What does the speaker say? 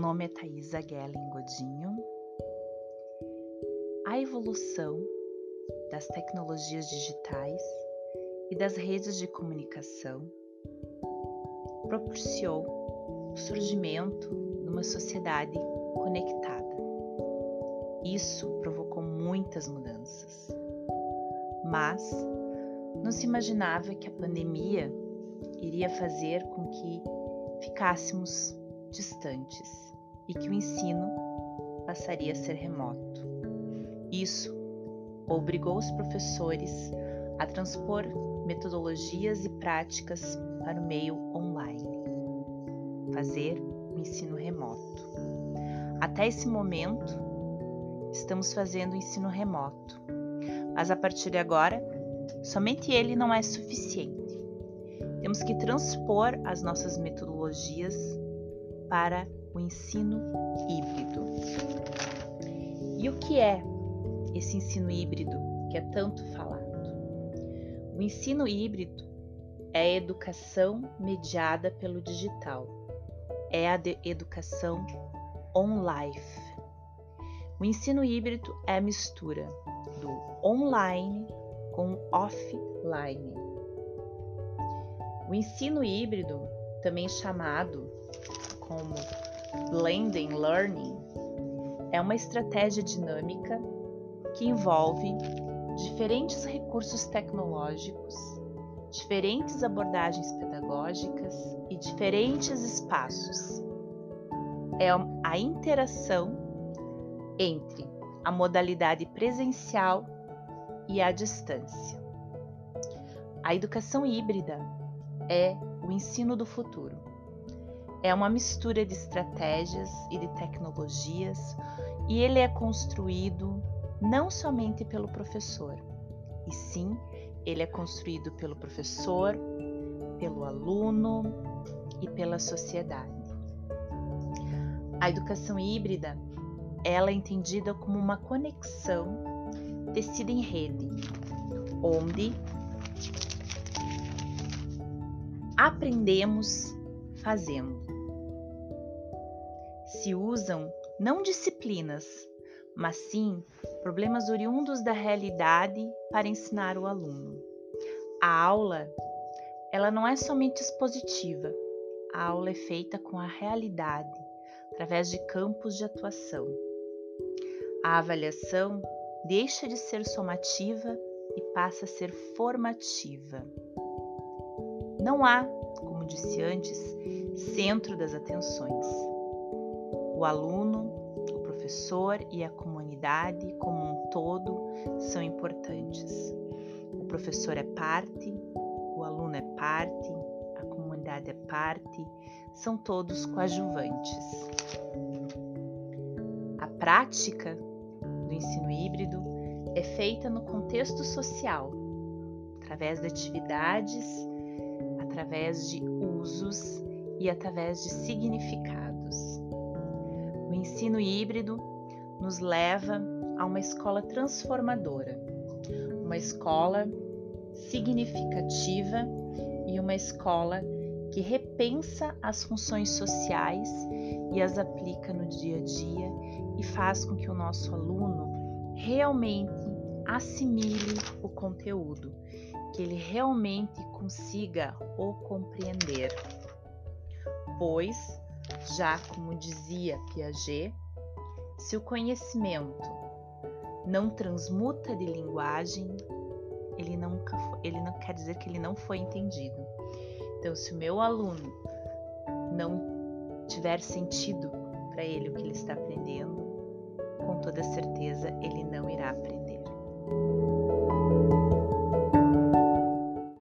nome é Thaisa Guellen Godinho. A evolução das tecnologias digitais e das redes de comunicação propiciou o surgimento de uma sociedade conectada. Isso provocou muitas mudanças, mas não se imaginava que a pandemia iria fazer com que ficássemos distantes e que o ensino passaria a ser remoto. Isso obrigou os professores a transpor metodologias e práticas para o meio online, fazer o ensino remoto. Até esse momento, estamos fazendo o ensino remoto, mas a partir de agora, somente ele não é suficiente. Temos que transpor as nossas metodologias para o ensino híbrido. E o que é esse ensino híbrido que é tanto falado? O ensino híbrido é a educação mediada pelo digital, é a educação on-life. O ensino híbrido é a mistura do online com o offline. O ensino híbrido, também chamado como blended learning, é uma estratégia dinâmica que envolve diferentes recursos tecnológicos, diferentes abordagens pedagógicas e diferentes espaços. É a interação entre a modalidade presencial e a distância. A educação híbrida é o ensino do futuro. É uma mistura de estratégias e de tecnologias e ele é construído não somente pelo professor, e sim, ele é construído pelo professor, pelo aluno e pela sociedade. A educação híbrida, ela é entendida como uma conexão tecida em rede, onde aprendemos fazendo. Se usam não disciplinas, mas sim problemas oriundos da realidade para ensinar o aluno. A aula, ela não é somente expositiva, a aula é feita com a realidade, através de campos de atuação. A avaliação deixa de ser somativa e passa a ser formativa. Não há, como disse antes, centro das atenções. O aluno, o professor e a comunidade como um todo são importantes. O professor é parte, o aluno é parte, a comunidade é parte, são todos coadjuvantes. A prática do ensino híbrido é feita no contexto social, através de atividades, através de usos e através de significados. O ensino híbrido nos leva a uma escola transformadora, uma escola significativa e uma escola que repensa as funções sociais e as aplica no dia a dia e faz com que o nosso aluno realmente assimile o conteúdo, que ele realmente consiga o compreender. Pois, já como dizia Piaget, se o conhecimento não transmuta de linguagem, ele não quer dizer que ele não foi entendido. Então, se o meu aluno não tiver sentido para ele o que ele está aprendendo, com toda certeza ele não irá aprender.